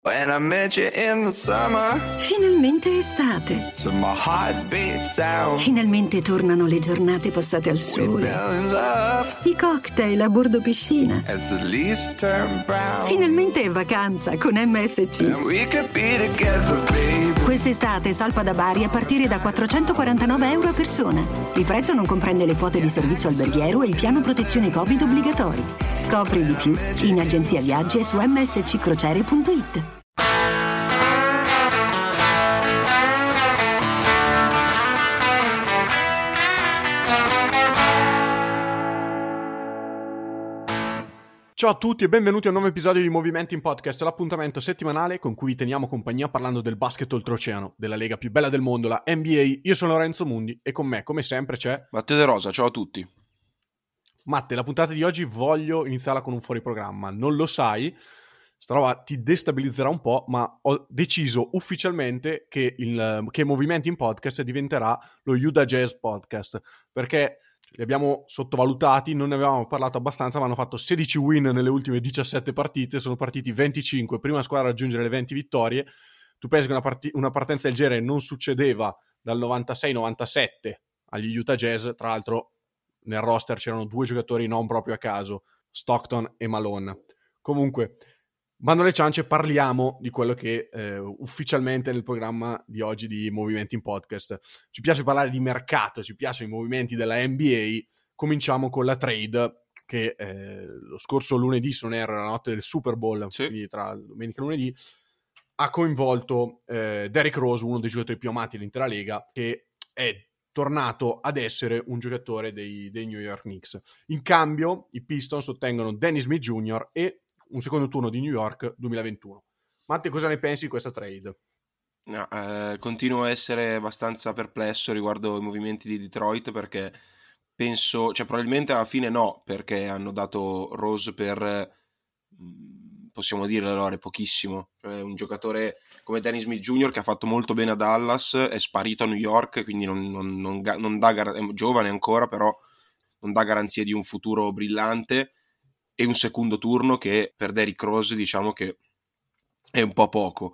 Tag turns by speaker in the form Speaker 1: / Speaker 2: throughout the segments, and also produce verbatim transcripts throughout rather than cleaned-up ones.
Speaker 1: When I met you in the summer.
Speaker 2: Finalmente estate.
Speaker 1: So my heart beats down.
Speaker 2: Finalmente tornano le giornate passate al sole.
Speaker 1: We fell in love.
Speaker 2: I cocktail a bordo piscina.
Speaker 1: As the leaves turn brown.
Speaker 2: Finalmente è vacanza con M S C.
Speaker 1: And we could be together, baby.
Speaker 2: Quest'estate salpa da Bari a partire da quattrocentoquarantanove euro a persona. Il prezzo non comprende le quote di servizio alberghiero e il piano protezione Covid obbligatori. Scopri di più in agenzia viaggi e su m s c crociere punto i t.
Speaker 3: Ciao a tutti e benvenuti a un nuovo episodio di Movimenti in Podcast, l'appuntamento settimanale con cui vi teniamo compagnia parlando del basket oltreoceano, della lega più bella del mondo, la N B A. Io sono Lorenzo Mundi e con me, come sempre, c'è
Speaker 4: Matteo De Rosa. Ciao a tutti.
Speaker 3: Matte. La puntata di oggi voglio iniziarla con un fuori programma. Non lo sai, sta roba ti destabilizzerà un po', ma ho deciso ufficialmente che, il, che Movimenti in Podcast diventerà lo Utah Jazz Podcast, perché li abbiamo sottovalutati, non ne avevamo parlato abbastanza, ma hanno fatto sedici win nelle ultime diciassette partite, sono partiti venticinque, prima squadra a raggiungere le venti vittorie. Tu pensi che una, part- una partenza del genere non succedeva dal novantasei novantasette agli Utah Jazz? Tra l'altro nel roster c'erano due giocatori non proprio a caso, Stockton e Malone. Comunque, bando alle ciance, parliamo di quello che eh, ufficialmente nel programma di oggi di Movimenti in Podcast. Ci piace parlare di mercato, ci piacciono i movimenti della N B A. Cominciamo con la trade che eh, lo scorso lunedì, se non era la notte del Super Bowl, sì, quindi tra domenica e lunedì, ha coinvolto eh, Derrick Rose, uno dei giocatori più amati dell'intera Lega, che è tornato ad essere un giocatore dei, dei New York Knicks. In cambio, i Pistons ottengono Dennis Smith Junior e un secondo turno di New York duemilaventuno. Matte, cosa ne pensi di questa trade?
Speaker 4: No, eh, continuo a essere abbastanza perplesso riguardo i movimenti di Detroit, perché penso, cioè probabilmente alla fine no, perché hanno dato Rose per, possiamo dire, allora, pochissimo. Cioè, un giocatore come Dennis Smith Junior che ha fatto molto bene a Dallas, è sparito a New York, quindi non, non, non, non dà, è giovane ancora, però non dà garanzie di un futuro brillante, e un secondo turno che per Derrick Rose diciamo che è un po' poco.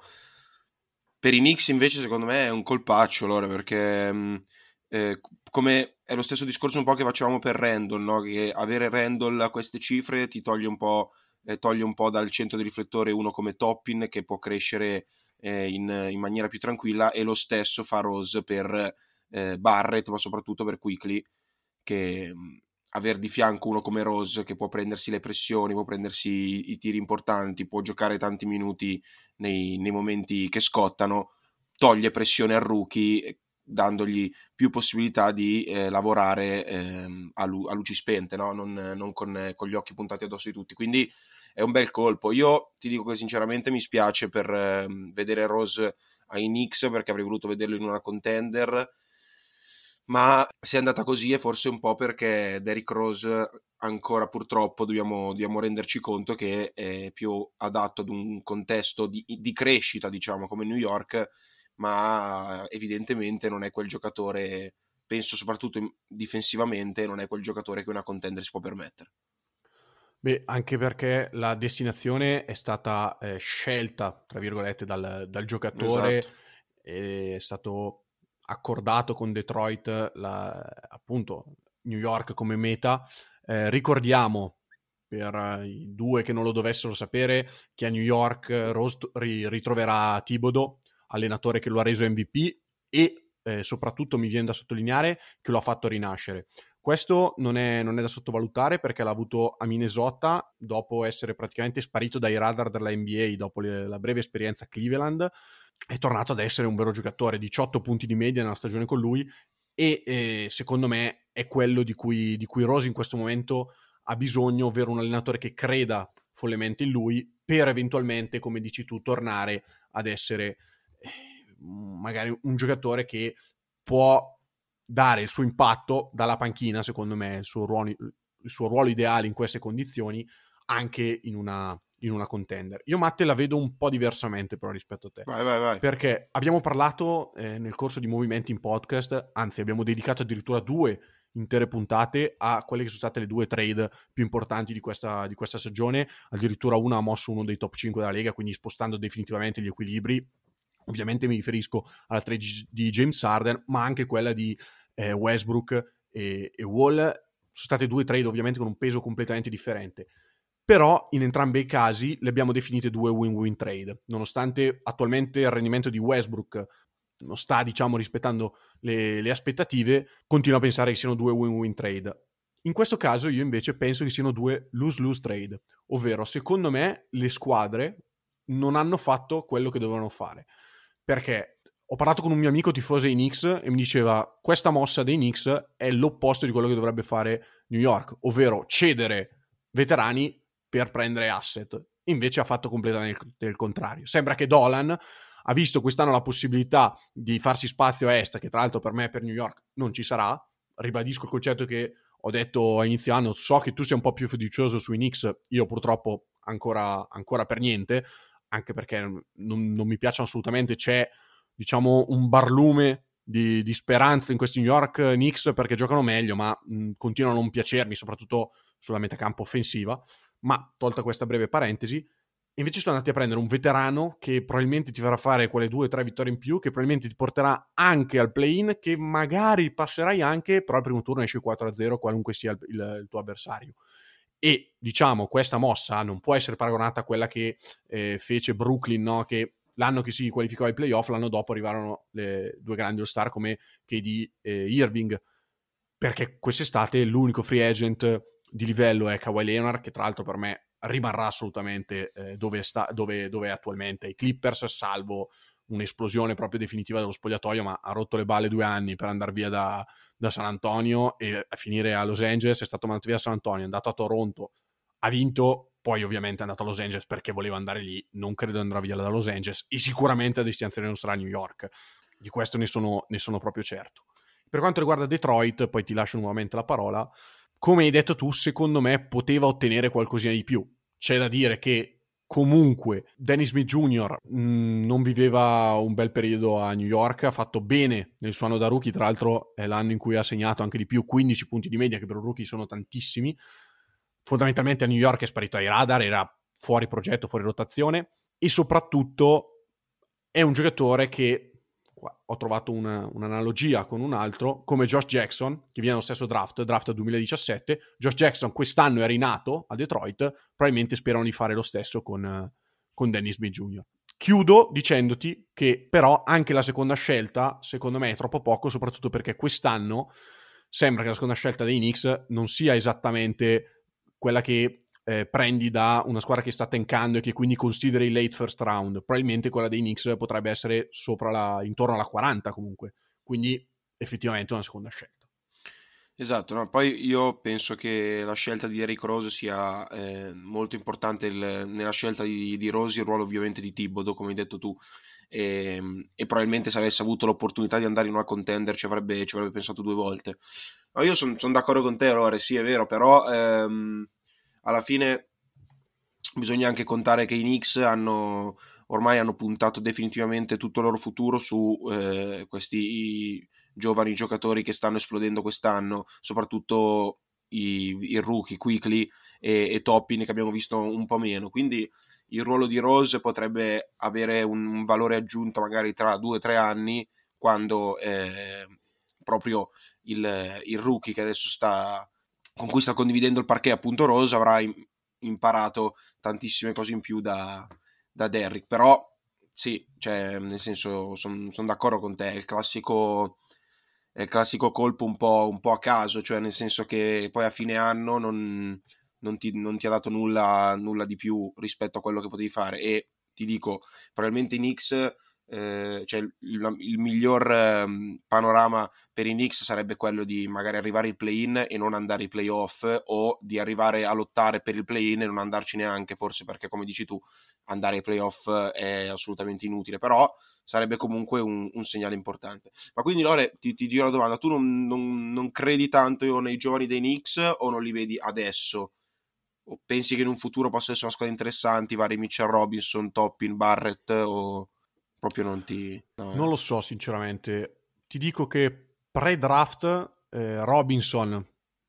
Speaker 4: Per i Knicks invece secondo me è un colpaccio, allora, perché mh, eh, come è lo stesso discorso un po' che facevamo per Randall, no? Che avere Randall a queste cifre ti toglie un po', eh, toglie un po' dal centro di riflettore uno come Toppin, che può crescere eh, in, in maniera più tranquilla, e lo stesso fa Rose per eh, Barrett, ma soprattutto per Quickley, che mh, aver di fianco uno come Rose che può prendersi le pressioni, può prendersi i, i tiri importanti, può giocare tanti minuti nei, nei momenti che scottano, toglie pressione al rookie, dandogli più possibilità di eh, lavorare eh, a, lu- a luci spente, no? non, non con, con gli occhi puntati addosso di tutti. Quindi è un bel colpo. Io ti dico che sinceramente mi spiace per eh, vedere Rose ai Knicks, perché avrei voluto vederlo in una contender, ma se è andata così è forse un po' perché Derrick Rose ancora purtroppo dobbiamo, dobbiamo renderci conto che è più adatto ad un contesto di, di crescita, diciamo, come New York, ma evidentemente non è quel giocatore, penso soprattutto difensivamente, non è quel giocatore che una contender si può permettere.
Speaker 3: Beh, anche perché la destinazione è stata eh, scelta, tra virgolette, dal, dal giocatore, esatto. È stato accordato con Detroit, la, appunto, New York come meta. Eh, ricordiamo, per i due che non lo dovessero sapere, che a New York Rose ri- ritroverà Thibodeau, allenatore che lo ha reso M V P e eh, soprattutto mi viene da sottolineare che lo ha fatto rinascere. Questo non è, non è da sottovalutare, perché l'ha avuto a Minnesota dopo essere praticamente sparito dai radar della N B A dopo le, la breve esperienza a Cleveland. È tornato ad essere un vero giocatore, diciotto punti di media nella stagione con lui, e eh, secondo me è quello di cui, di cui Rose in questo momento ha bisogno, ovvero un allenatore che creda follemente in lui per eventualmente, come dici tu, tornare ad essere eh, magari un giocatore che può dare il suo impatto dalla panchina, secondo me il suo ruolo, il suo ruolo ideale in queste condizioni, anche in una in una contender. Io Matte la vedo un po' diversamente però rispetto a te.
Speaker 4: Vai, vai, vai.
Speaker 3: Perché abbiamo parlato eh, nel corso di Movimenti in Podcast, anzi abbiamo dedicato addirittura due intere puntate a quelle che sono state le due trade più importanti di questa, di questa stagione. Addirittura una ha mosso uno dei top cinque della Lega, quindi spostando definitivamente gli equilibri. Ovviamente mi riferisco alla trade di James Harden, ma anche quella di eh, Westbrook e, e Wall. Sono state due trade ovviamente con un peso completamente differente. Però in entrambi i casi le abbiamo definite due win-win trade, nonostante attualmente il rendimento di Westbrook non sta, diciamo, rispettando le, le aspettative, continuo a pensare che siano due win-win trade. In questo caso io invece penso che siano due lose-lose trade, ovvero secondo me le squadre non hanno fatto quello che dovevano fare, perché ho parlato con un mio amico tifoso dei Knicks e mi diceva questa mossa dei Knicks è l'opposto di quello che dovrebbe fare New York, ovvero cedere veterani per prendere asset. Invece ha fatto completamente il, il contrario. Sembra che Dolan ha visto quest'anno la possibilità di farsi spazio a est, che tra l'altro per me e per New York non ci sarà. Ribadisco il concetto che ho detto a inizio anno, so che tu sei un po' più fiducioso sui Knicks, io purtroppo ancora, ancora per niente, anche perché non, non mi piacciono assolutamente. C'è, diciamo, un barlume di, di speranza in questi New York Knicks perché giocano meglio, ma mh, continuano a non piacermi, soprattutto sulla metacampo offensiva. Ma tolta questa breve parentesi, invece sono andati a prendere un veterano che probabilmente ti farà fare quelle due o tre vittorie in più, che probabilmente ti porterà anche al play-in, che magari passerai anche, però al primo turno esci quattro a zero qualunque sia il, il, il tuo avversario. E diciamo questa mossa non può essere paragonata a quella che eh, fece Brooklyn, no? Che l'anno che si qualificò ai playoff, l'anno dopo arrivarono le due grandi all-star come K D e Irving, perché quest'estate l'unico free agent di livello è Kawhi Leonard, che tra l'altro per me rimarrà assolutamente eh, dove, sta, dove, dove è attualmente. I Clippers, salvo un'esplosione proprio definitiva dello spogliatoio, ma ha rotto le balle due anni per andare via da, da San Antonio e a finire a Los Angeles. È stato mandato via a San Antonio, è andato a Toronto, ha vinto, poi ovviamente è andato a Los Angeles perché voleva andare lì. Non credo andrà via da Los Angeles e sicuramente a destinazione non sarà New York, di questo ne sono, ne sono proprio certo. Per quanto riguarda Detroit, poi ti lascio nuovamente la parola. Come hai detto tu, secondo me poteva ottenere qualcosina di più. C'è da dire che comunque Dennis Smith Junior mh, non viveva un bel periodo a New York, ha fatto bene nel suo anno da rookie, tra l'altro è l'anno in cui ha segnato anche di più, quindici punti di media, che per un rookie sono tantissimi. Fondamentalmente a New York è sparito ai radar, era fuori progetto, fuori rotazione, e soprattutto è un giocatore che ho trovato una, un'analogia con un altro, come Josh Jackson, che viene allo stesso draft, draft duemiladiciassette. Josh Jackson quest'anno è rinato a Detroit, probabilmente sperano di fare lo stesso con, con Dennis Smith Junior Chiudo dicendoti che però anche la seconda scelta, secondo me, è troppo poco, soprattutto perché quest'anno sembra che la seconda scelta dei Knicks non sia esattamente quella che Eh, prendi da una squadra che sta tankando e che quindi consideri il late first round. Probabilmente quella dei Knicks potrebbe essere sopra la, intorno alla quaranta comunque, quindi effettivamente una seconda scelta.
Speaker 4: Esatto, no? Poi io penso che la scelta di Derrick Rose sia eh, molto importante il, nella scelta di, di Rose, il ruolo ovviamente di Thibodeau, come hai detto tu, e, e probabilmente se avesse avuto l'opportunità di andare in una contender ci avrebbe, ci avrebbe pensato due volte. No, io sono son d'accordo con te, Lore, sì è vero, però ehm, alla fine bisogna anche contare che i Knicks hanno ormai hanno puntato definitivamente tutto il loro futuro su eh, questi giovani giocatori che stanno esplodendo quest'anno, soprattutto i, i rookie, Quickley e, e Toppin, che abbiamo visto un po' meno. Quindi il ruolo di Rose potrebbe avere un, un valore aggiunto magari tra due o tre anni, quando eh, proprio il, il rookie che adesso sta con cui sta condividendo il parquet, appunto Rose, avrà imparato tantissime cose in più da, da Derrick. Però sì, cioè, nel senso, sono son d'accordo con te, è il classico è il classico colpo un po', un po' a caso, cioè nel senso che poi a fine anno non, non, ti, non ti ha dato nulla, nulla di più rispetto a quello che potevi fare. E ti dico, probabilmente i Knicks, eh, cioè il, il miglior eh, panorama per i Knicks sarebbe quello di magari arrivare ai play-in e non andare ai play-off, o di arrivare a lottare per il play-in e non andarci neanche, forse perché, come dici tu, andare ai play-off è assolutamente inutile, però sarebbe comunque un, un segnale importante. Ma quindi, Lore, ti, ti giro la domanda, tu non, non, non credi tanto nei giovani dei Knicks o non li vedi adesso? O pensi che in un futuro possa essere una squadra interessante, vari Mitchell Robinson, Toppin, Barrett, o proprio non ti... No,
Speaker 3: non
Speaker 4: eh.
Speaker 3: lo so sinceramente, ti dico che pre-draft eh, Robinson,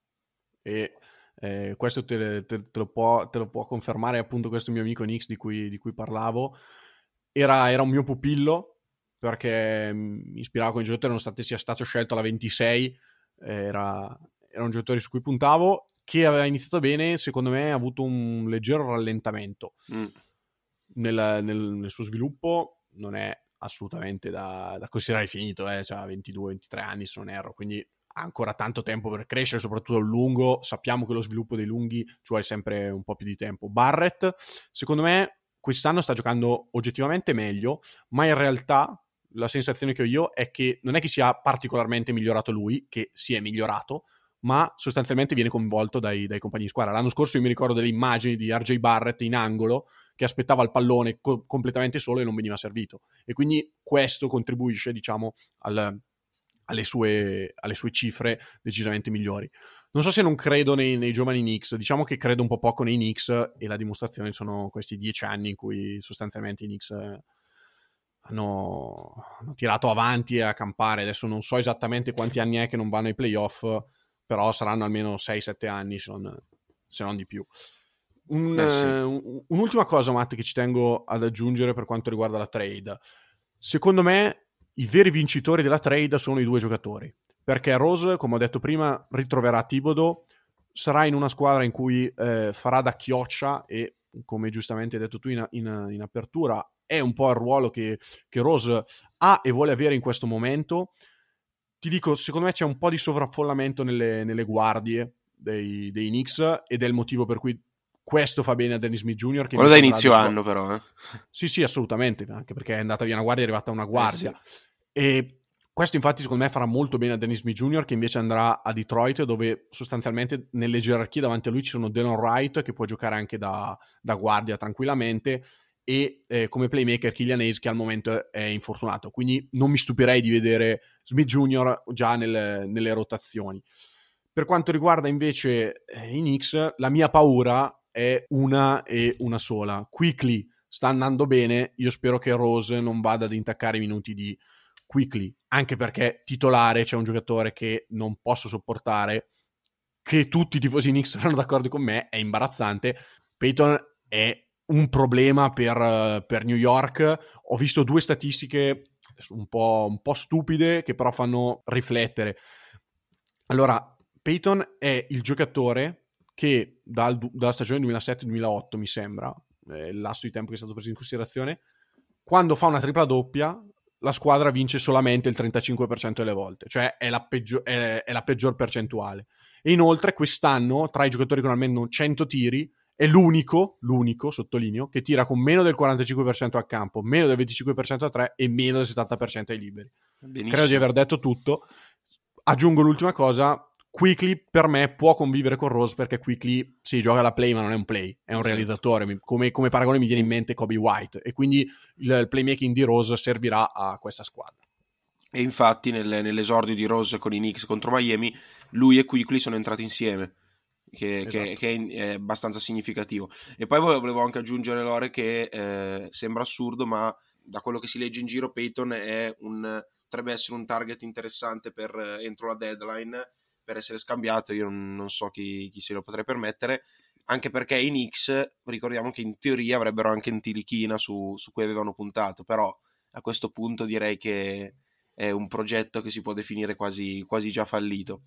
Speaker 3: e eh, questo te, te, te, lo può, te lo può confermare appunto questo mio amico Nix di cui, di cui parlavo, era, era un mio pupillo, perché mi ispirava come giocatore, nonostante sia stato scelto alla ventisei, era, era un giocatore su cui puntavo, che aveva iniziato bene, secondo me ha avuto un leggero rallentamento mm. nel, nel, nel suo sviluppo. Non è assolutamente da, da considerare finito, eh? Cioè ventidue ventitré anni se non erro, quindi ha ancora tanto tempo per crescere, soprattutto il lungo. Sappiamo che lo sviluppo dei lunghi ci vuole sempre un po' più di tempo. Barrett, secondo me, quest'anno sta giocando oggettivamente meglio, ma in realtà la sensazione che ho io è che non è che sia particolarmente migliorato lui, che si è migliorato, ma sostanzialmente viene coinvolto dai, dai compagni di squadra. L'anno scorso io mi ricordo delle immagini di R J Barrett in angolo che aspettava il pallone co- completamente solo e non veniva servito, e quindi questo contribuisce, diciamo, al, alle, sue, alle sue cifre decisamente migliori. Non so se non credo nei, nei giovani Knicks, diciamo che credo un po' poco nei Knicks, e la dimostrazione sono questi dieci anni in cui sostanzialmente i Knicks eh, hanno, hanno tirato avanti a campare. Adesso non so esattamente quanti anni è che non vanno ai playoff, però saranno almeno sei sette anni, se non, se non di più. Un, eh sì. uh, un'ultima cosa, Matt, che ci tengo ad aggiungere per quanto riguarda la trade. Secondo me i veri vincitori della trade sono i due giocatori, perché Rose, come ho detto prima, ritroverà Thibodeau, sarà in una squadra in cui eh, farà da chioccia, e come giustamente hai detto tu in, in, in apertura, è un po' il ruolo che, che Rose ha e vuole avere in questo momento. Ti dico, secondo me c'è un po' di sovraffollamento nelle, nelle guardie dei, dei Knicks, ed è il motivo per cui questo fa bene a Dennis Smith Junior Che
Speaker 4: quello da inizio anno, però. Eh.
Speaker 3: Sì, sì, assolutamente, anche perché è andata via una guardia, è arrivata una guardia. Eh sì. E questo infatti secondo me farà molto bene a Dennis Smith Junior che invece andrà a Detroit, dove sostanzialmente nelle gerarchie davanti a lui ci sono Delon Wright, che può giocare anche da, da guardia tranquillamente, e eh, come playmaker Killian Hayes, che al momento è infortunato. Quindi non mi stupirei di vedere Smith Junior già nel, nelle rotazioni. Per quanto riguarda invece eh, i Knicks, la mia paura è una e una sola. Quickley sta andando bene, io spero che Rose non vada ad intaccare i minuti di Quickley, anche perché titolare c'è un giocatore che non posso sopportare, che tutti i tifosi Knicks saranno d'accordo con me, è imbarazzante. Peyton è un problema per, per New York. Ho visto due statistiche un po', un po' stupide, che però fanno riflettere. Allora, Peyton è il giocatore che dal, dalla stagione duemilasette duemilaotto, mi sembra, eh, il lasso di tempo che è stato preso in considerazione, quando fa una tripla doppia la squadra vince solamente il trentacinque per cento delle volte, cioè è la, peggio- è, è la peggior percentuale. E inoltre quest'anno, tra i giocatori con almeno cento tiri, è l'unico, l'unico, sottolineo, che tira con meno del quarantacinque per cento al campo, meno del venticinque per cento a tre e meno del settanta per cento ai liberi. Benissimo. Credo di aver detto tutto. Aggiungo l'ultima cosa: Quickley per me può convivere con Rose, perché Quickley si sì, gioca la play, ma non è un play, è un realizzatore. Come, come paragone mi viene in mente Kobe White, e quindi il, il playmaking di Rose servirà a questa squadra.
Speaker 4: E infatti nel, nell'esordio di Rose con i Knicks contro Miami, lui e Quickley sono entrati insieme, che, esatto. che, che è abbastanza significativo. E poi volevo anche aggiungere, Lore, che eh, sembra assurdo, ma da quello che si legge in giro Peyton è un, potrebbe essere un target interessante per eh, entro la deadline, per essere scambiato. Io non, non so chi, chi se lo potrei permettere, anche perché i Knicks, ricordiamo che in teoria avrebbero anche Ntilichina su, su cui avevano puntato, però a questo punto direi che è un progetto che si può definire quasi, quasi già fallito.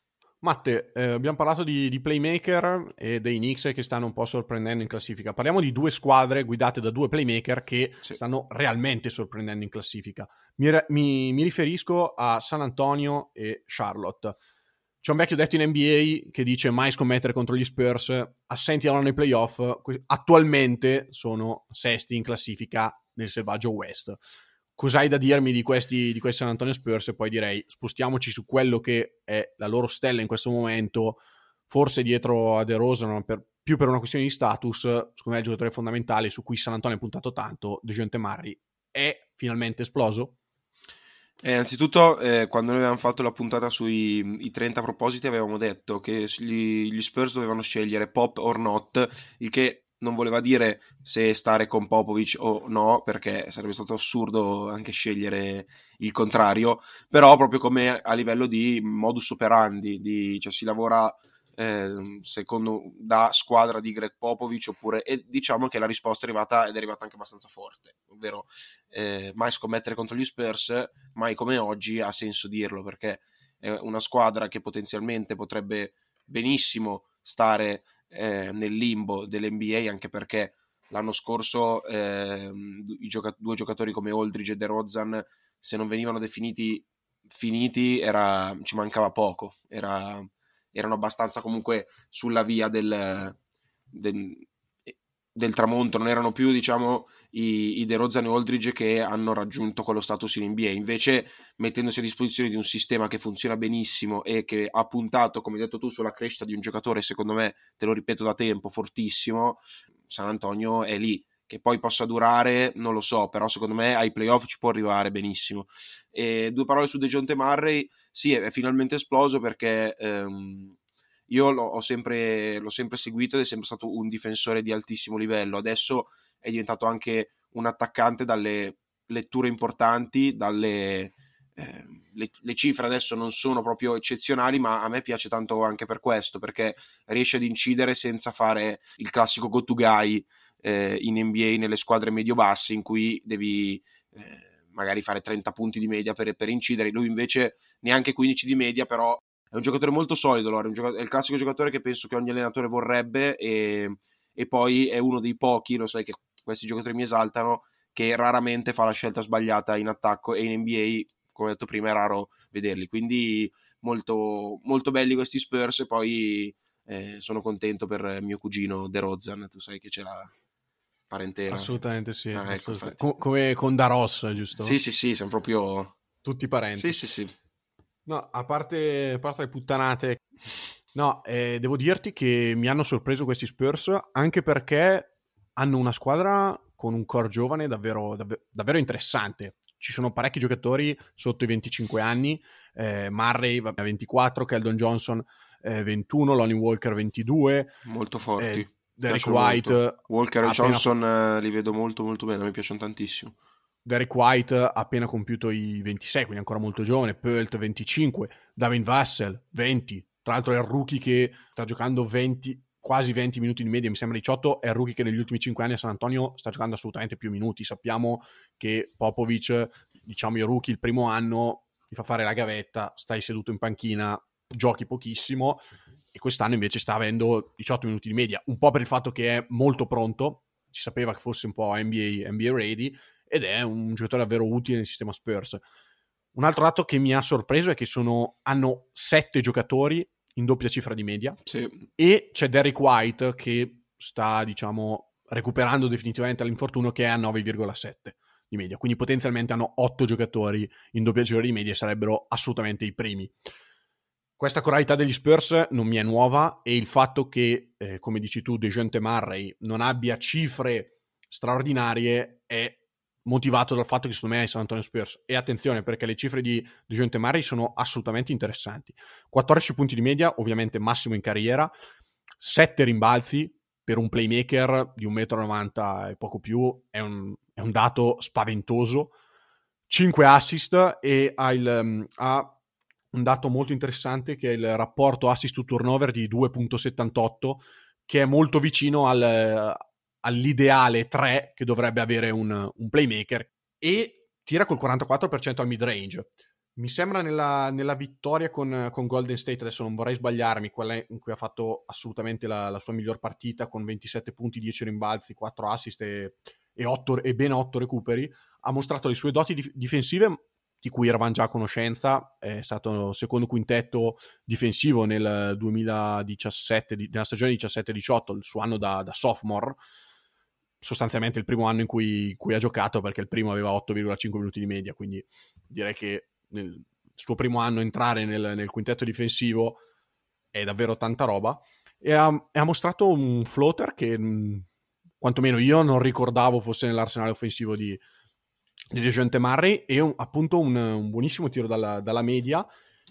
Speaker 3: Matte, eh, abbiamo parlato di, di playmaker e dei Knicks che stanno un po' sorprendendo in classifica. Parliamo di due squadre guidate da due playmaker che sì. stanno realmente sorprendendo in classifica. Mi, mi, mi riferisco a San Antonio e Charlotte. C'è un vecchio detto in N B A che dice mai scommettere contro gli Spurs, assenti all'anno nei playoff. Attualmente sono sesti in classifica nel selvaggio West. Cos'hai da dirmi di questi, di questi San Antonio Spurs? E poi direi spostiamoci su quello che è la loro stella in questo momento, forse dietro a DeRozan, per, più per una questione di status. Secondo me è il giocatore fondamentale su cui San Antonio ha puntato tanto. DeJounte Murray è finalmente esploso?
Speaker 4: Eh, anzitutto, eh, quando noi avevamo fatto la puntata sui i trenta propositi, avevamo detto che gli, gli Spurs dovevano scegliere pop or not, il che non voleva dire se stare con Popovic o no, perché sarebbe stato assurdo anche scegliere il contrario, però proprio come a livello di modus operandi, di, cioè si lavora eh, secondo da squadra di Greg Popovic, oppure, e diciamo che la risposta è arrivata ed è arrivata anche abbastanza forte, ovvero eh, mai scommettere contro gli Spurs, mai come oggi ha senso dirlo, perché è una squadra che potenzialmente potrebbe benissimo stare eh, nel limbo dell'N B A, anche perché l'anno scorso eh, i gioca- due giocatori come Aldridge e DeRozan, se non venivano definiti finiti, era, ci mancava poco, era, erano abbastanza comunque sulla via del, del, del tramonto, non erano più, diciamo, i, i DeRozan e Aldridge che hanno raggiunto quello status in N B A. Invece, mettendosi a disposizione di un sistema che funziona benissimo e che ha puntato, come hai detto tu, sulla crescita di un giocatore, secondo me, te lo ripeto da tempo, fortissimo, San Antonio è lì. Che poi possa durare, non lo so, però secondo me ai playoff ci può arrivare benissimo. E due parole su DeJounte Murray, sì, è finalmente esploso, perché ehm, io l'ho, ho sempre, l'ho sempre seguito ed è sempre stato un difensore di altissimo livello. Adesso è diventato anche un attaccante dalle letture importanti, dalle eh, le, le cifre adesso non sono proprio eccezionali, ma a me piace tanto anche per questo, perché riesce ad incidere senza fare il classico go to guy eh, in N B A nelle squadre medio-basse, in cui devi eh, magari fare trenta punti di media per, per incidere. Lui invece neanche quindici di media, però è un giocatore molto solido, Lore, è, un giocatore, è il classico giocatore che penso che ogni allenatore vorrebbe, e, e poi è uno dei pochi, lo sai che questi giocatori mi esaltano, che raramente fa la scelta sbagliata in attacco, e in N B A, come ho detto prima, è raro vederli. Quindi molto, molto belli questi Spurs. E poi eh, sono contento per mio cugino DeRozan, tu sai che c'è la parentela.
Speaker 3: Assolutamente sì,
Speaker 4: ah, ecco,
Speaker 3: assolutamente. Co- come con Daros, giusto?
Speaker 4: Sì, sì, sì, siamo proprio
Speaker 3: tutti parenti.
Speaker 4: Sì, sì, sì.
Speaker 3: No, a parte, a parte le puttanate, no, eh, devo dirti che mi hanno sorpreso questi Spurs, anche perché hanno una squadra con un core giovane davvero, davvero, davvero interessante. Ci sono parecchi giocatori sotto i venticinque anni, eh, Murray a ventiquattro, Keldon Johnson eh, ventuno, Lonnie Walker ventidue.
Speaker 4: Molto forti.
Speaker 3: Eh, Derrick White.
Speaker 4: Molto. Walker e
Speaker 3: appena...
Speaker 4: Johnson eh, li vedo molto molto bene, mi piacciono tantissimo.
Speaker 3: Derrick White ha appena compiuto i ventisei, quindi ancora molto giovane. Pölt venticinque, Davin Vassell venti. Tra l'altro è il rookie che sta giocando venti, quasi venti minuti di media, mi sembra diciotto. È il rookie che negli ultimi cinque anni a San Antonio sta giocando assolutamente più minuti. Sappiamo che Popovic, diciamo i rookie il primo anno, ti fa fare la gavetta, stai seduto in panchina, giochi pochissimo, e quest'anno invece sta avendo diciotto minuti di media, un po' per il fatto che è molto pronto, si sapeva che fosse un po' N B A, N B A ready, ed è un giocatore davvero utile nel sistema Spurs. Un altro dato che mi ha sorpreso è che sono, hanno sette giocatori in doppia cifra di media,
Speaker 4: sì.
Speaker 3: E c'è Derrick White che sta, diciamo, recuperando definitivamente all'infortunio, che è a nove virgola sette di media, quindi potenzialmente hanno otto giocatori in doppia cifra di media e sarebbero assolutamente i primi. Questa coralità degli Spurs non mi è nuova, e il fatto che, eh, come dici tu, DeJounte Murray non abbia cifre straordinarie è motivato dal fatto che secondo me è San Antonio Spurs. E attenzione, perché le cifre di DeJounte Murray sono assolutamente interessanti. quattordici punti di media, ovviamente massimo in carriera, sette rimbalzi per un playmaker di uno virgola novanta metri e poco più, è un, è un dato spaventoso. cinque assist, e ha, il, um, ha un dato molto interessante che è il rapporto assist to turnover di due virgola settantotto, che è molto vicino al, all'ideale tre che dovrebbe avere un, un playmaker, e tira col quarantaquattro per cento al mid range. Mi sembra nella, nella vittoria con, con Golden State, adesso non vorrei sbagliarmi, quella in cui ha fatto assolutamente la, la sua miglior partita, con ventisette punti, dieci rimbalzi, quattro assist e, e, otto, e ben otto recuperi. Ha mostrato le sue doti dif- difensive, di cui eravamo già a conoscenza. È stato secondo quintetto difensivo nel duemiladiciassette, nella stagione diciassette diciotto, il suo anno da, da sophomore, sostanzialmente il primo anno in cui, cui ha giocato, perché il primo aveva otto virgola cinque minuti di media, quindi direi che nel suo primo anno entrare nel, nel quintetto difensivo è davvero tanta roba, e ha, e ha mostrato un floater che mh, quantomeno io non ricordavo fosse nell'arsenale offensivo di, di DeJounte Murray, e un, appunto un, un buonissimo tiro dalla, dalla media,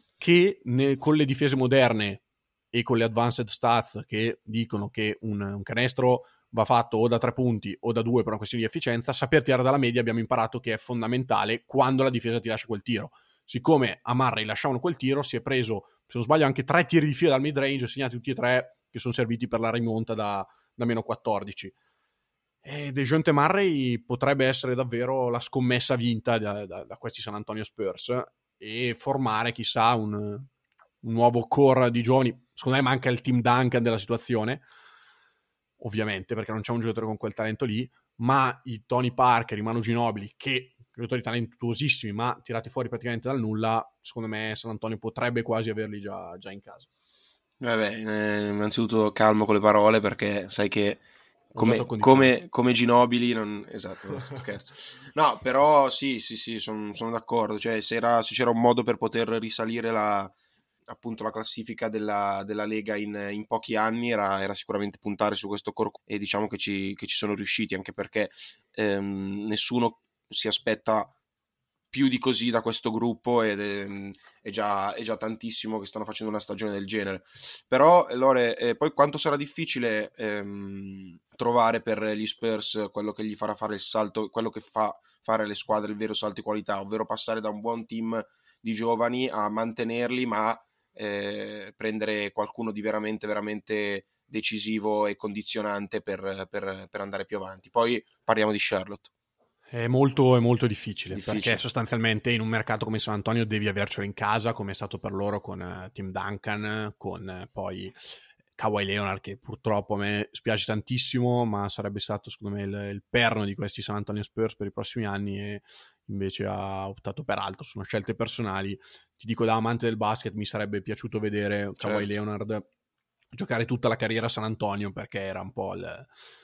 Speaker 3: che ne, con le difese moderne e con le advanced stats che dicono che un, un canestro va fatto o da tre punti o da due per una questione di efficienza. Saper tirare dalla media abbiamo imparato che è fondamentale quando la difesa ti lascia quel tiro. Siccome a Murray lasciavano quel tiro, si è preso, se non sbaglio, anche tre tiri di fila dal mid-range, segnati tutti e tre, che sono serviti per la rimonta da, da meno quattordici. E DeJounte Murray potrebbe essere davvero la scommessa vinta da, da, da questi San Antonio Spurs e formare, chissà, un, un nuovo core di giovani. Secondo me manca il Tim Duncan della situazione, ovviamente, perché non c'è un giocatore con quel talento lì, ma i Tony Parker, i Manu Ginobili, che giocatori talentuosissimi ma tirati fuori praticamente dal nulla, secondo me San Antonio potrebbe quasi averli già, già in casa.
Speaker 4: Vabbè, eh, innanzitutto calmo con le parole, perché sai che come, come, come Ginobili non... esatto, scherzo. No, però sì, sì, sì, son, sono d'accordo, cioè se, era, se c'era un modo per poter risalire la, appunto la classifica della, della Lega in, in pochi anni era, era sicuramente puntare su questo core, e diciamo che ci, che ci sono riusciti, anche perché ehm, nessuno si aspetta più di così da questo gruppo ed è, è, già, è già tantissimo che stanno facendo una stagione del genere. Però Lore, eh, poi quanto sarà difficile ehm, trovare per gli Spurs quello che gli farà fare il salto, quello che fa fare alle squadre il vero salto di qualità, ovvero passare da un buon team di giovani a mantenerli, ma eh, prendere qualcuno di veramente veramente decisivo e condizionante per, per, per andare più avanti. Poi parliamo di Charlotte.
Speaker 3: È molto, è molto difficile,
Speaker 4: difficile,
Speaker 3: perché sostanzialmente in un mercato come San Antonio devi avercelo in casa, come è stato per loro con uh, Tim Duncan, con uh, poi Kawhi Leonard, che purtroppo a me spiace tantissimo, ma sarebbe stato secondo me il, il perno di questi San Antonio Spurs per i prossimi anni, e invece ha optato per altro. Sono scelte personali. Ti dico, da amante del basket mi sarebbe piaciuto vedere certo. Kawhi Leonard giocare tutta la carriera a San Antonio, perché era un po' il,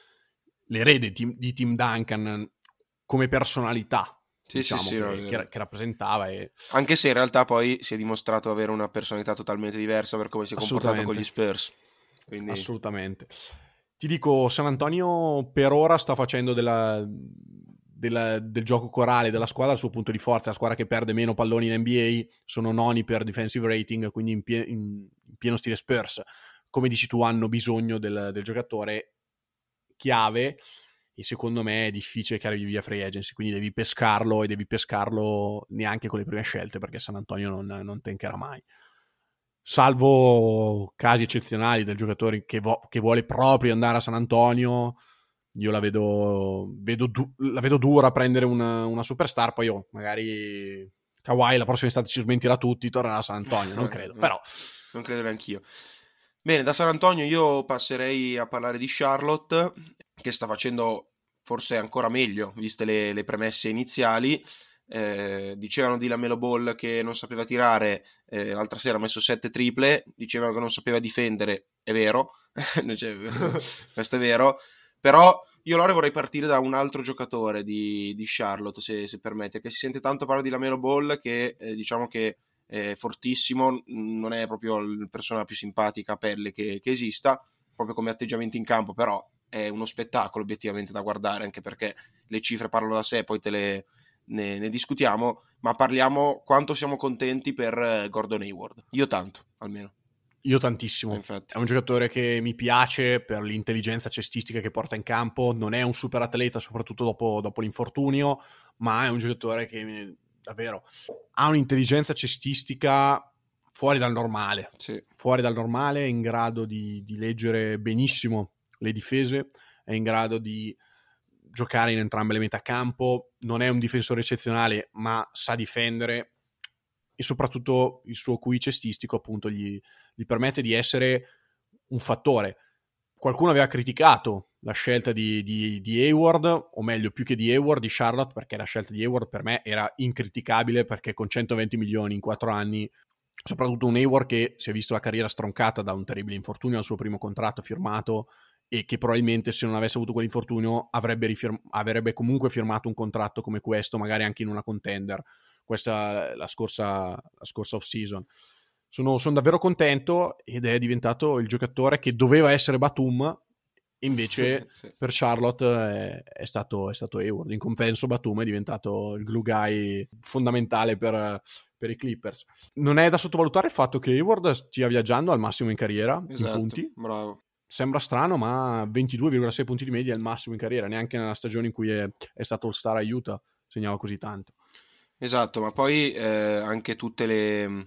Speaker 3: l'erede di, di Tim Duncan come personalità, sì, diciamo, sì, sì, che, no, che, che rappresentava. E... anche
Speaker 4: se in realtà poi si è dimostrato avere una personalità totalmente diversa per come si è comportato con gli Spurs. Quindi...
Speaker 3: assolutamente. Ti dico, San Antonio per ora sta facendo della, della, del gioco corale della squadra il suo punto di forza. La squadra che perde meno palloni in N B A, sono noni per defensive rating, quindi in, pie, in, in pieno stile Spurs. Come dici tu, hanno bisogno del, del giocatore chiave, e secondo me è difficile che arrivi via free agency, quindi devi pescarlo, e devi pescarlo neanche con le prime scelte, perché San Antonio non, non tencherà mai, salvo casi eccezionali del giocatore che, vo- che vuole proprio andare a San Antonio. Io la vedo, vedo du- la vedo dura a prendere una, una superstar. Poi io magari Kawhi la prossima estate ci smentirà tutti, tornerà a San Antonio, non credo, però
Speaker 4: non credo neanch'io. Bene, da San Antonio io passerei a parlare di Charlotte, che sta facendo forse ancora meglio, viste le, le premesse iniziali. Eh, dicevano di LaMelo Ball che non sapeva tirare, eh, l'altra sera ha messo sette triple, dicevano che non sapeva difendere, è vero, cioè, questo, questo è vero, però io allora vorrei partire da un altro giocatore di, di Charlotte, se, se permette, che si sente tanto parlare di LaMelo Ball, che eh, diciamo che è fortissimo, non è proprio la persona più simpatica a pelle che, che esista, proprio come atteggiamenti in campo, però è uno spettacolo obiettivamente da guardare, anche perché le cifre parlano da sé, poi te le, ne, ne discutiamo, ma parliamo quanto siamo contenti per Gordon Hayward. Io tanto, almeno.
Speaker 3: Io tantissimo.
Speaker 4: Infatti.
Speaker 3: È un giocatore che mi piace per l'intelligenza cestistica che porta in campo, non è un super atleta, soprattutto dopo, dopo l'infortunio, ma è un giocatore che davvero ha un'intelligenza cestistica fuori dal normale,
Speaker 4: sì.
Speaker 3: fuori dal normale, è in grado di, di leggere benissimo le difese, è in grado di giocare in entrambe le metà campo, non è un difensore eccezionale, ma sa difendere, e soprattutto il suo Q I cestistico appunto gli, gli permette di essere un fattore. Qualcuno aveva criticato la scelta di, di, di Hayward, o meglio più che di Hayward, di Charlotte, perché la scelta di Hayward per me era incriticabile, perché con centoventi milioni in quattro anni, soprattutto un Hayward che si è visto la carriera stroncata da un terribile infortunio al suo primo contratto firmato, e che probabilmente se non avesse avuto quell'infortunio avrebbe, rifirm- avrebbe comunque firmato un contratto come questo, magari anche in una contender, questa la scorsa, la scorsa off-season. Sono, sono davvero contento, ed è diventato il giocatore che doveva essere Batum, invece
Speaker 4: sì.
Speaker 3: per Charlotte è, è, stato, è stato Hayward. In compenso Batum è diventato il glue guy fondamentale per, per i Clippers. Non è da sottovalutare il fatto che Hayward stia viaggiando al massimo in carriera,
Speaker 4: esatto,
Speaker 3: in punti.
Speaker 4: Bravo.
Speaker 3: sembra strano, ma ventidue virgola sei punti di media è il massimo in carriera, neanche nella stagione in cui è, è stato All-Star a Utah segnava così tanto.
Speaker 4: Esatto, ma poi eh, anche tutte le,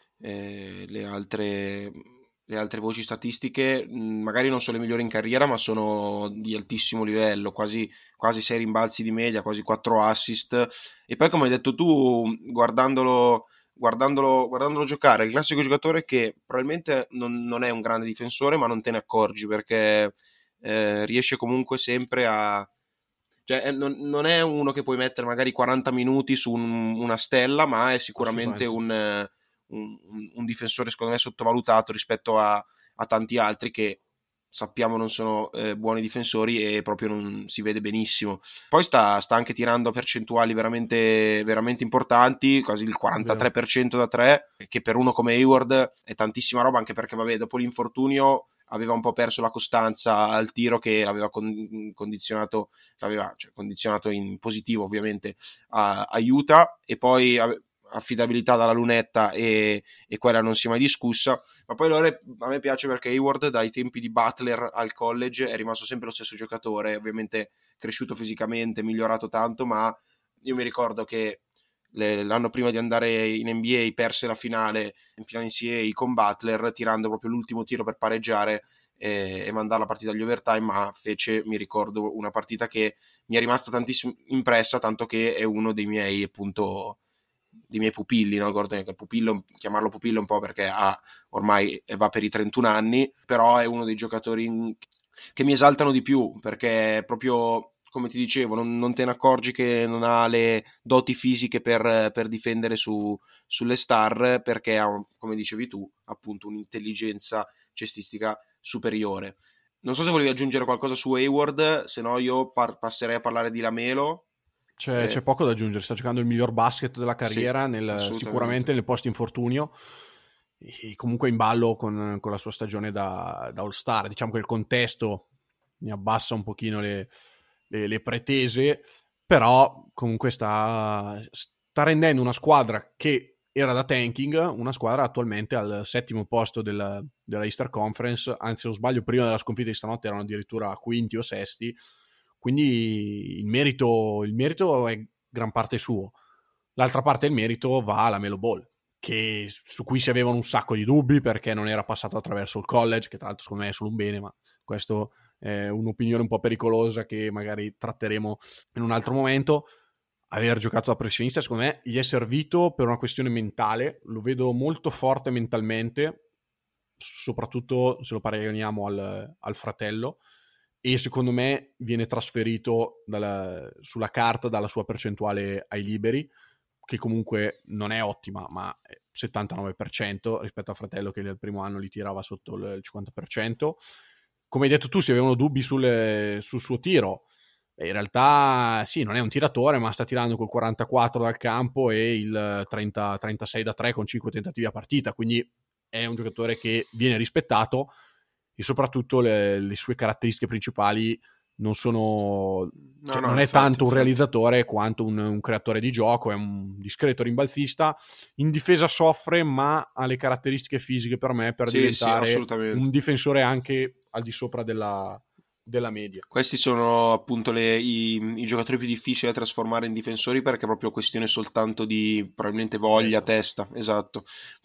Speaker 4: eh, le altre le altre voci statistiche mh, magari non sono le migliori in carriera, ma sono di altissimo livello, quasi, quasi sei rimbalzi di media, quasi quattro assist. E poi, come hai detto tu, guardandolo, guardandolo, guardandolo giocare, è il classico giocatore che probabilmente non, non è un grande difensore, ma non te ne accorgi, perché eh, riesce comunque sempre a... Cioè, eh, non, non è uno che puoi mettere magari quaranta minuti su un- una stella, ma è sicuramente un, eh, un, un- un difensore, secondo me, sottovalutato rispetto a, a tanti altri che sappiamo non sono eh, buoni difensori e proprio non si vede benissimo. Poi sta, sta anche tirando percentuali veramente, veramente importanti, quasi il quarantatré per cento da tre, che per uno come Hayward è tantissima roba, anche perché, vabbè, dopo l'infortunio aveva un po' perso la costanza al tiro, che l'aveva con- condizionato, l'aveva cioè, condizionato in positivo ovviamente a, a Utah, e poi ave- affidabilità dalla lunetta e, e quella non si è mai discussa. Ma poi allora a me piace perché Hayward dai tempi di Butler al college è rimasto sempre lo stesso giocatore, ovviamente cresciuto fisicamente, migliorato tanto, ma io mi ricordo che le, l'anno prima di andare in N B A perse la finale in finale N C A A con Butler, tirando proprio l'ultimo tiro per pareggiare e, e mandare la partita agli overtime, ma fece, mi ricordo, una partita che mi è rimasta tantissimo impressa, tanto che è uno dei miei, appunto, dei miei pupilli, no? Gordon, pupillo, chiamarlo pupillo un po' perché ha, ormai va per i trentuno anni, però è uno dei giocatori in, che mi esaltano di più, perché proprio, come ti dicevo, non, non te ne accorgi che non ha le doti fisiche per, per difendere su, sulle star, perché ha, come dicevi tu, appunto un'intelligenza cestistica superiore. Non so se volevi aggiungere qualcosa su Hayward, se no io par- passerei a parlare di Lamelo.
Speaker 3: C'è,
Speaker 4: Eh,
Speaker 3: c'è poco da aggiungere, sta giocando il miglior basket della carriera,
Speaker 4: sì,
Speaker 3: nel, sicuramente nel post infortunio, e comunque in ballo con, con la sua stagione da, da All-Star. Diciamo che il contesto mi abbassa un pochino le, le, le pretese, però comunque sta, sta rendendo una squadra che era da tanking, una squadra attualmente al settimo posto della, della Eastern Conference, anzi se non sbaglio prima della sconfitta di stanotte erano addirittura quinti o sesti, quindi il merito, il merito è gran parte suo. L'altra parte del merito va alla Melo Ball, che, su cui si avevano un sacco di dubbi perché non era passato attraverso il college, che tra l'altro secondo me è solo un bene, ma questo è un'opinione un po' pericolosa che magari tratteremo in un altro momento. Aver giocato da professionista secondo me gli è servito per una questione mentale, lo vedo molto forte mentalmente, soprattutto se lo paragoniamo al, al fratello, e secondo me viene trasferito dalla, sulla carta dalla sua percentuale ai liberi, che comunque non è ottima, ma è settantanove per cento rispetto al fratello che nel primo anno li tirava sotto il cinquanta per cento. Come hai detto tu, si avevano dubbi sul, sul suo tiro. E in realtà sì, non è un tiratore, ma sta tirando col quarantaquattro dal campo e il trenta trentasei da tre con cinque tentativi a partita, quindi è un giocatore che viene rispettato, e soprattutto le, le sue caratteristiche principali non sono
Speaker 4: no,
Speaker 3: cioè,
Speaker 4: no,
Speaker 3: non è
Speaker 4: infatti,
Speaker 3: tanto un
Speaker 4: infatti.
Speaker 3: realizzatore quanto un, un creatore di gioco, è un discreto rimbalzista, in difesa soffre ma ha le caratteristiche fisiche per me per
Speaker 4: Sì,
Speaker 3: diventare
Speaker 4: sì, assolutamente.
Speaker 3: un difensore anche al di sopra della, della media.
Speaker 4: Questi sono appunto le, i, i giocatori più difficili da trasformare in difensori, perché è proprio questione soltanto di probabilmente voglia, testa, testa esatto,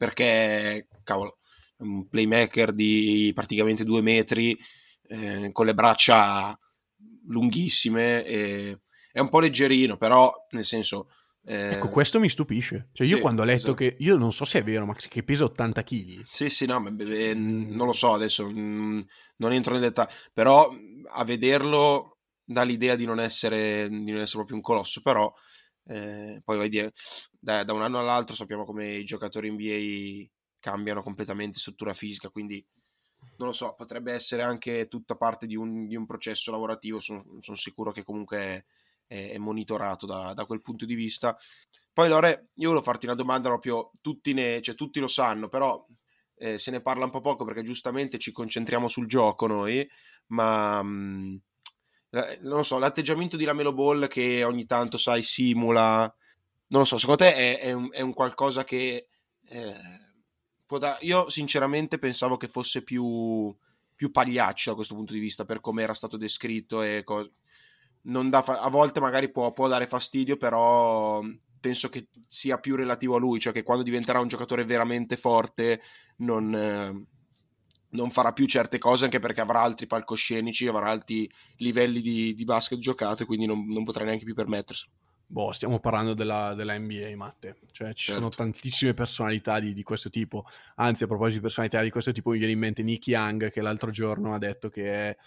Speaker 4: perché cavolo, un playmaker di praticamente due metri, eh, con le braccia lunghissime, e è un po' leggerino, però nel senso eh,
Speaker 3: Ecco, questo mi stupisce. Cioè, io
Speaker 4: sì,
Speaker 3: quando ho letto
Speaker 4: esatto.
Speaker 3: che... Io non so se è vero, ma che pesa ottanta chili.
Speaker 4: Sì, sì, no, beh, non lo so adesso, mh, non entro nel dettaglio, però a vederlo dà l'idea di non essere, di non essere proprio un colosso, però eh, poi vai dire, da, da un anno all'altro sappiamo come i giocatori N B A cambiano completamente struttura fisica, quindi non lo so, potrebbe essere anche tutta parte di un, di un processo lavorativo, sono son sicuro che comunque è, è monitorato da, da quel punto di vista. Poi Lore, io volevo farti una domanda proprio, tutti, ne, cioè, tutti lo sanno, però eh, se ne parla un po' poco perché giustamente ci concentriamo sul gioco noi, ma mh, non lo so, l'atteggiamento di Lamelo Ball che ogni tanto, sai, simula, non lo so, secondo te è, è, un, è un qualcosa che eh, può da... io sinceramente pensavo che fosse più più pagliaccio da questo punto di vista, per come era stato descritto e cose. Non dà fa- a volte magari può, può dare fastidio, però penso che sia più relativo a lui, cioè che quando diventerà un giocatore veramente forte non, eh, non farà più certe cose, anche perché avrà altri palcoscenici, avrà altri livelli di, di basket giocato, e quindi non, non potrà neanche più permetterselo.
Speaker 3: Boh, stiamo parlando della, della N B A, Matte. Cioè, ci certo. sono tantissime personalità di, di questo tipo. Anzi, a proposito di personalità di questo tipo, mi viene in mente Nick Young, che l'altro giorno ha detto che è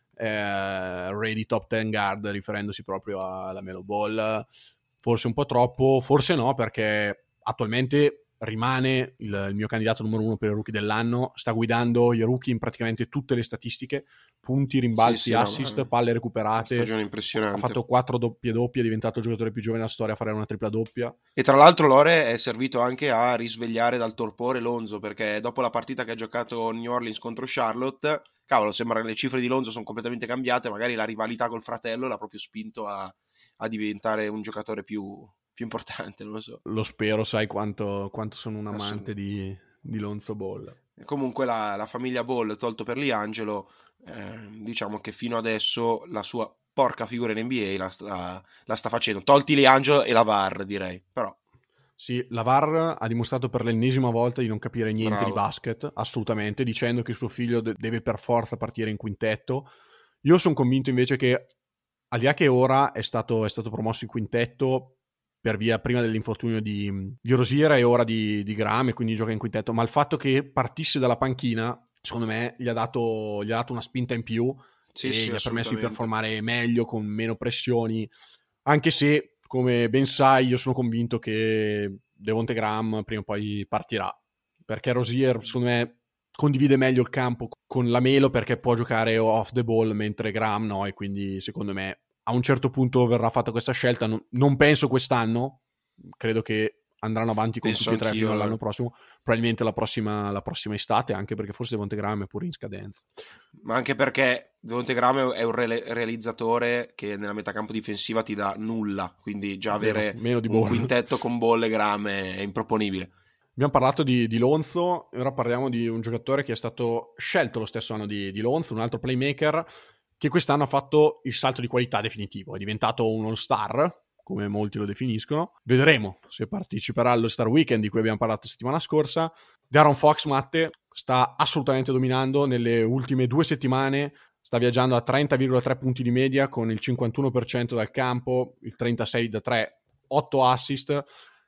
Speaker 3: eh, ready top ten guard, riferendosi proprio alla Melo Ball. Forse un po' troppo, forse no, perché attualmente rimane il, il mio candidato numero uno per i rookie dell'anno. Sta guidando i rookie in praticamente tutte le statistiche: punti, rimbalzi, sì, sì, assist, no, palle recuperate.
Speaker 4: Stagione impressionante.
Speaker 3: Ha fatto quattro doppie doppie, è diventato il giocatore più giovane della storia a fare una tripla doppia.
Speaker 4: E tra l'altro Lore è servito anche a risvegliare dal torpore Lonzo, perché dopo la partita che ha giocato New Orleans contro Charlotte, cavolo, sembra che le cifre di Lonzo sono completamente cambiate, magari la rivalità col fratello l'ha proprio spinto a, a diventare un giocatore più, più importante, non lo so.
Speaker 3: Lo spero, sai quanto, quanto sono un amante di, di Lonzo Ball.
Speaker 4: E comunque la, la famiglia Ball, tolto per Liangelo, eh, diciamo che fino adesso la sua porca figura in N B A la, la, la sta facendo, tolti Liangelo e la V A R, direi, però.
Speaker 3: Sì, la V A R ha dimostrato per l'ennesima volta di non capire niente
Speaker 4: Bravo.
Speaker 3: di basket, assolutamente, dicendo che suo figlio de- deve per forza partire in quintetto. Io sono convinto invece che, al di là che ora è stato, è stato promosso in quintetto per via prima dell'infortunio di, di Rosier e ora di, di Graham, e quindi gioca in quintetto, ma il fatto che partisse dalla panchina, secondo me, gli ha dato, gli ha dato una spinta in più,
Speaker 4: sì,
Speaker 3: e
Speaker 4: sì,
Speaker 3: gli ha permesso di performare meglio, con meno pressioni, anche se, come ben sai, io sono convinto che Devonte Graham prima o poi partirà, perché Rosier, secondo me, condivide meglio il campo con la Melo, perché può giocare off the ball, mentre Graham no, e quindi secondo me a un certo punto verrà fatta questa scelta. Non, non penso quest'anno, credo che andranno avanti con
Speaker 4: penso
Speaker 3: tutti e tre fino all'anno
Speaker 4: eh.
Speaker 3: prossimo, probabilmente la prossima, la prossima estate, anche perché forse Devonte Graham è pure in scadenza.
Speaker 4: Ma anche perché Devonte Graham è un re- realizzatore che nella metacampo difensiva ti dà nulla, quindi già
Speaker 3: Vero,
Speaker 4: avere
Speaker 3: meno di
Speaker 4: un
Speaker 3: Ball.
Speaker 4: quintetto con Ball e Graham è, è improponibile.
Speaker 3: Abbiamo parlato di, di Lonzo, ora parliamo di un giocatore che è stato scelto lo stesso anno di, di Lonzo, un altro playmaker che quest'anno ha fatto il salto di qualità definitivo, è diventato un all-star, come molti lo definiscono. Vedremo se parteciperà allo Star Weekend di cui abbiamo parlato la settimana scorsa. De'Aaron Fox, Matte, sta assolutamente dominando. Nelle ultime due settimane sta viaggiando a trenta virgola tre punti di media, con il cinquantuno per cento dal campo, il trentasei da tre, otto assist.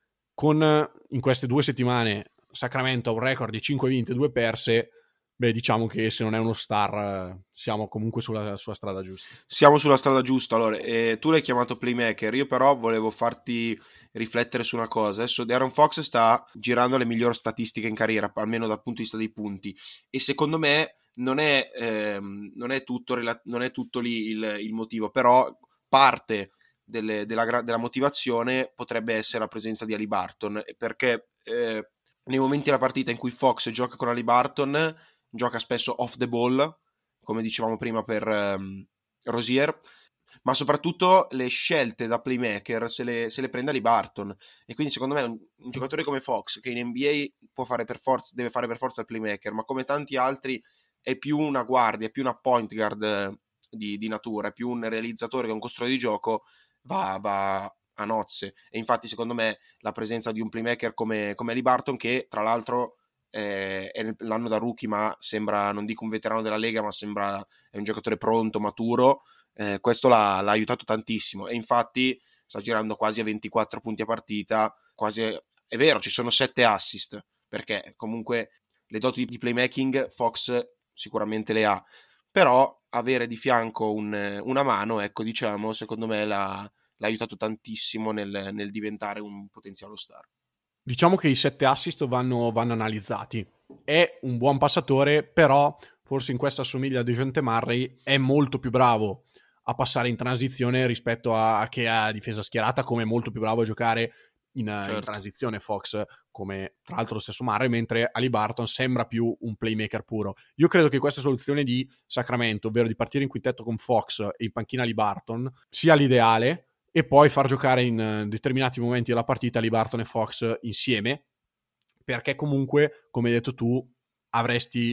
Speaker 3: Con, in queste due settimane, Sacramento ha un record di cinque vinte e due perse. Beh, diciamo che se non è uno star, siamo comunque sulla, sulla strada giusta.
Speaker 4: Siamo sulla strada giusta. Allora, eh, tu l'hai chiamato playmaker, io però volevo farti riflettere su una cosa. Adesso De'Aaron Fox sta girando le migliori statistiche in carriera, almeno dal punto di vista dei punti, e secondo me non è, ehm, non è tutto, non è tutto lì il, il motivo, però parte delle, della, della motivazione potrebbe essere la presenza di Haliburton, perché eh, nei momenti della partita in cui Fox gioca con Haliburton gioca spesso off the ball, come dicevamo prima per um, Rosier, ma soprattutto le scelte da playmaker se le, se le prende Haliburton, e quindi secondo me un, un giocatore come Fox, che in N B A può fare per forza, deve fare per forza il playmaker, ma come tanti altri è più una guardia, è più una point guard di, di natura, è più un realizzatore che un costruttore di gioco, va, va a nozze. E infatti secondo me la presenza di un playmaker come, come Haliburton, che tra l'altro eh, è l'anno da rookie, ma sembra, non dico un veterano della Lega, ma sembra è un giocatore pronto, maturo, eh, questo l'ha, l'ha aiutato tantissimo, e infatti sta girando quasi a ventiquattro punti a partita, quasi, è vero, ci sono sette assist, perché comunque le doti di playmaking Fox sicuramente le ha, però avere di fianco un, una mano, ecco, diciamo, secondo me l'ha, l'ha aiutato tantissimo nel, nel diventare un potenziale star.
Speaker 3: Diciamo che i sette assist vanno, vanno analizzati. È un buon passatore, però forse in questa assomiglia a DeJounte Murray, è molto più bravo a passare in transizione rispetto a, a che a difesa schierata, come è molto più bravo a giocare in, certo. in transizione Fox, come tra l'altro lo stesso Murray, mentre Haliburton sembra più un playmaker puro. Io credo che questa soluzione di Sacramento, ovvero di partire in quintetto con Fox e in panchina Haliburton, sia l'ideale, e poi far giocare in determinati momenti della partita Haliburton e Fox insieme, perché comunque, come hai detto tu, avresti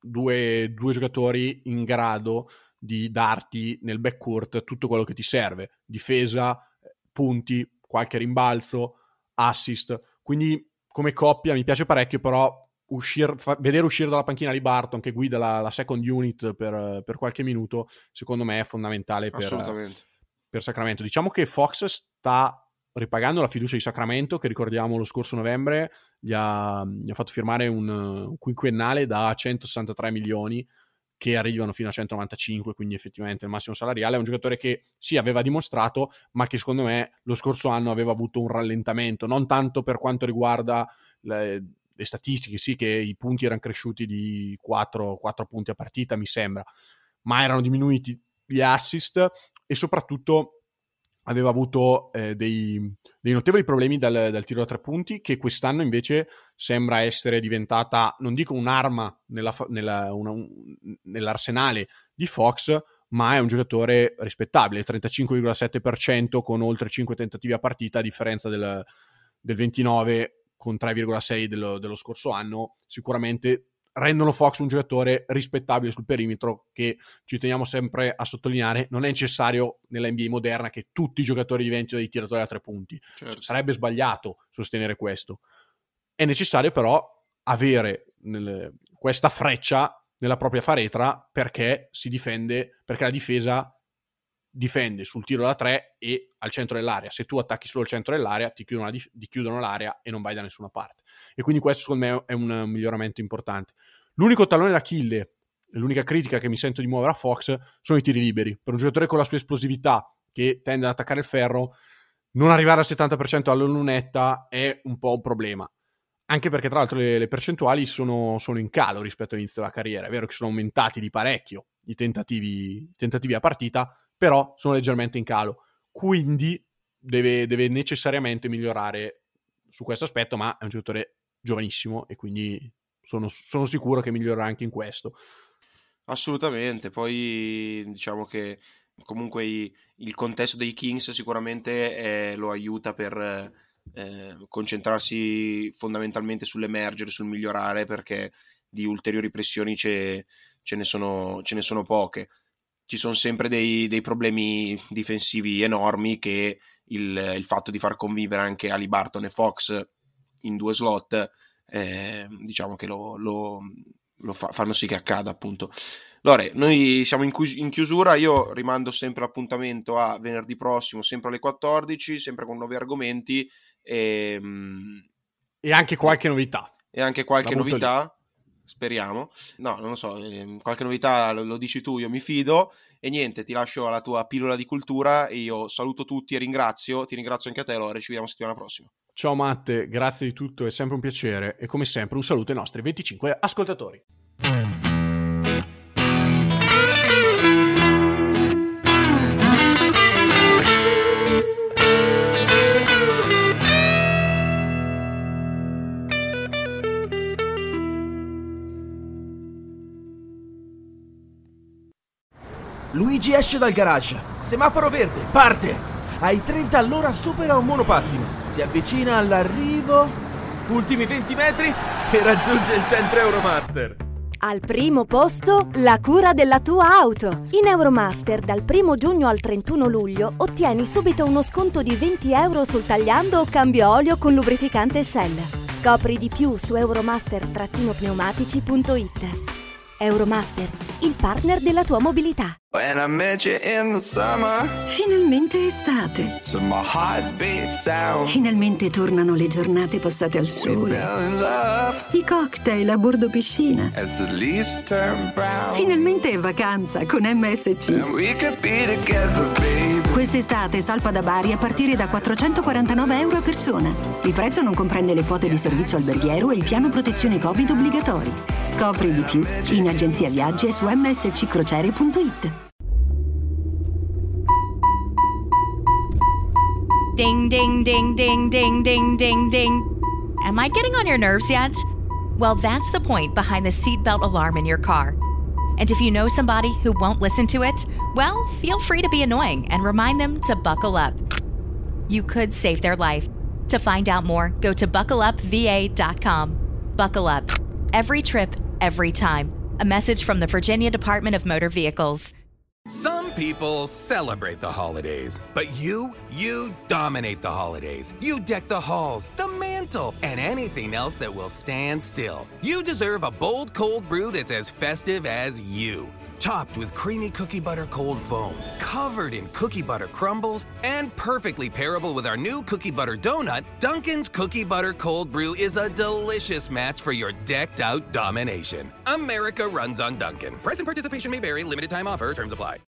Speaker 3: due, due giocatori in grado di darti nel backcourt tutto quello che ti serve, difesa, punti, qualche rimbalzo, assist, quindi come coppia mi piace parecchio, però uscir, fa, vedere uscire dalla panchina di Barton che guida la, la second unit per, per qualche minuto, secondo me è fondamentale per, per Sacramento. Diciamo che Fox sta ripagando la fiducia di Sacramento, che ricordiamo lo scorso novembre gli ha, gli ha fatto firmare un, un quinquennale da centosessantatré milioni che arrivano fino a centonovantacinque, quindi effettivamente il massimo salariale. È un giocatore che sì, aveva dimostrato, ma che secondo me lo scorso anno aveva avuto un rallentamento, non tanto per quanto riguarda le, le statistiche, sì che i punti erano cresciuti di quattro, quattro punti a partita mi sembra, ma erano diminuiti gli assist e soprattutto aveva avuto eh, dei, dei notevoli problemi dal, dal tiro da tre punti, che quest'anno invece sembra essere diventata, non dico un'arma nella, nella, una, un, nell'arsenale di Fox, ma è un giocatore rispettabile, trentacinque virgola sette per cento con oltre cinque tentativi a partita, a differenza del, del ventinove con tre virgola sei dello, dello scorso anno. Sicuramente rendono Fox un giocatore rispettabile sul perimetro, che ci teniamo sempre a sottolineare, non è necessario nella N B A moderna che tutti i giocatori diventino dei tiratori a tre punti, certo. Sarebbe sbagliato sostenere questo, è necessario però avere nel, questa freccia nella propria faretra, perché si difende, perché la difesa difende sul tiro da tre e al centro dell'area. Se tu attacchi solo al centro dell'area ti chiudono, la, ti chiudono l'area e non vai da nessuna parte, e quindi questo secondo me è un miglioramento importante. L'unico tallone d'Achille, l'unica critica che mi sento di muovere a Fox sono i tiri liberi. Per un giocatore con la sua esplosività, che tende ad attaccare il ferro, non arrivare al settanta per cento alla lunetta è un po' un problema, anche perché tra l'altro le, le percentuali sono, sono in calo rispetto all'inizio della carriera. È vero che sono aumentati di parecchio i tentativi, i tentativi a partita, però sono leggermente in calo, quindi deve, deve necessariamente migliorare su questo aspetto, ma è un giocatore giovanissimo e quindi sono, sono sicuro che migliorerà anche in questo.
Speaker 4: Assolutamente. Poi diciamo che comunque i, il contesto dei Kings sicuramente eh, lo aiuta per eh, concentrarsi fondamentalmente sull'emergere, sul migliorare, perché di ulteriori pressioni ce, ce, ne, sono, ce ne sono poche. Ci sono sempre dei, dei problemi difensivi enormi che il, il fatto di far convivere anche Haliburton e Fox in due slot eh, diciamo che lo, lo, lo fa, fanno sì che accada, appunto. Allora, noi siamo in, chius- in chiusura, io rimando sempre l'appuntamento a venerdì prossimo, sempre alle quattordici, sempre con nuovi argomenti e,
Speaker 3: e anche qualche novità
Speaker 4: e anche qualche novità
Speaker 3: lì.
Speaker 4: Speriamo. No, non lo so, eh, qualche novità lo, lo dici tu, io mi fido. E niente, ti lascio alla tua pillola di cultura e io saluto tutti e ringrazio, ti ringrazio anche a te, Lore, ci vediamo settimana prossima.
Speaker 3: Ciao Matte, grazie di tutto, è sempre un piacere e come sempre un saluto ai nostri venticinque ascoltatori.
Speaker 5: Luigi esce dal garage. Semaforo verde, parte. Ai trenta all'ora supera un monopattino. Si avvicina all'arrivo. Ultimi venti metri e raggiunge il centro Euromaster.
Speaker 6: Al primo posto, la cura della tua auto. In Euromaster dal primo giugno al trentuno luglio ottieni subito uno sconto di venti euro sul tagliando o cambio olio con lubrificante Shell. Scopri di più su euromaster pneumatici punto it. Euromaster, il partner della tua mobilità.
Speaker 1: When I met you in the summer,
Speaker 2: Finalmente estate.
Speaker 1: to my heartbeat sound,
Speaker 2: Finalmente tornano le giornate passate al
Speaker 1: we
Speaker 2: sole.
Speaker 1: fell in love
Speaker 2: I cocktail a bordo piscina.
Speaker 1: as the leaves turn brown.
Speaker 2: Finalmente è vacanza con M S C.
Speaker 1: And we could be together, baby.
Speaker 2: Quest'estate salpa da Bari a partire da quattrocentoquarantanove euro a persona. Il prezzo non comprende le quote di servizio alberghiero e il piano protezione Covid obbligatori. Scopri di più in agenzia viaggi e su m s c crociere punto it.
Speaker 7: Ding, ding, ding, ding, ding, ding, ding, ding. Am I getting on your nerves yet? Well, that's the point behind the seatbelt alarm in your car. And if you know somebody who won't listen to it, well, feel free to be annoying and remind them to buckle up. You could save their life. To find out more, go to buckle up v a dot com. Buckle up. Every trip, every time. A message from the Virginia Department of Motor Vehicles.
Speaker 8: Some people celebrate the holidays, but you, you dominate the holidays. You deck the halls, the mantle, and anything else that will stand still. You deserve a bold cold brew that's as festive as you. Topped with creamy cookie butter cold foam, covered in cookie butter crumbles, and perfectly pairable with our new cookie butter donut, Dunkin's Cookie Butter Cold Brew is a delicious match for your decked-out domination. America runs on Dunkin'. Price and participation may vary. Limited time offer. Terms apply.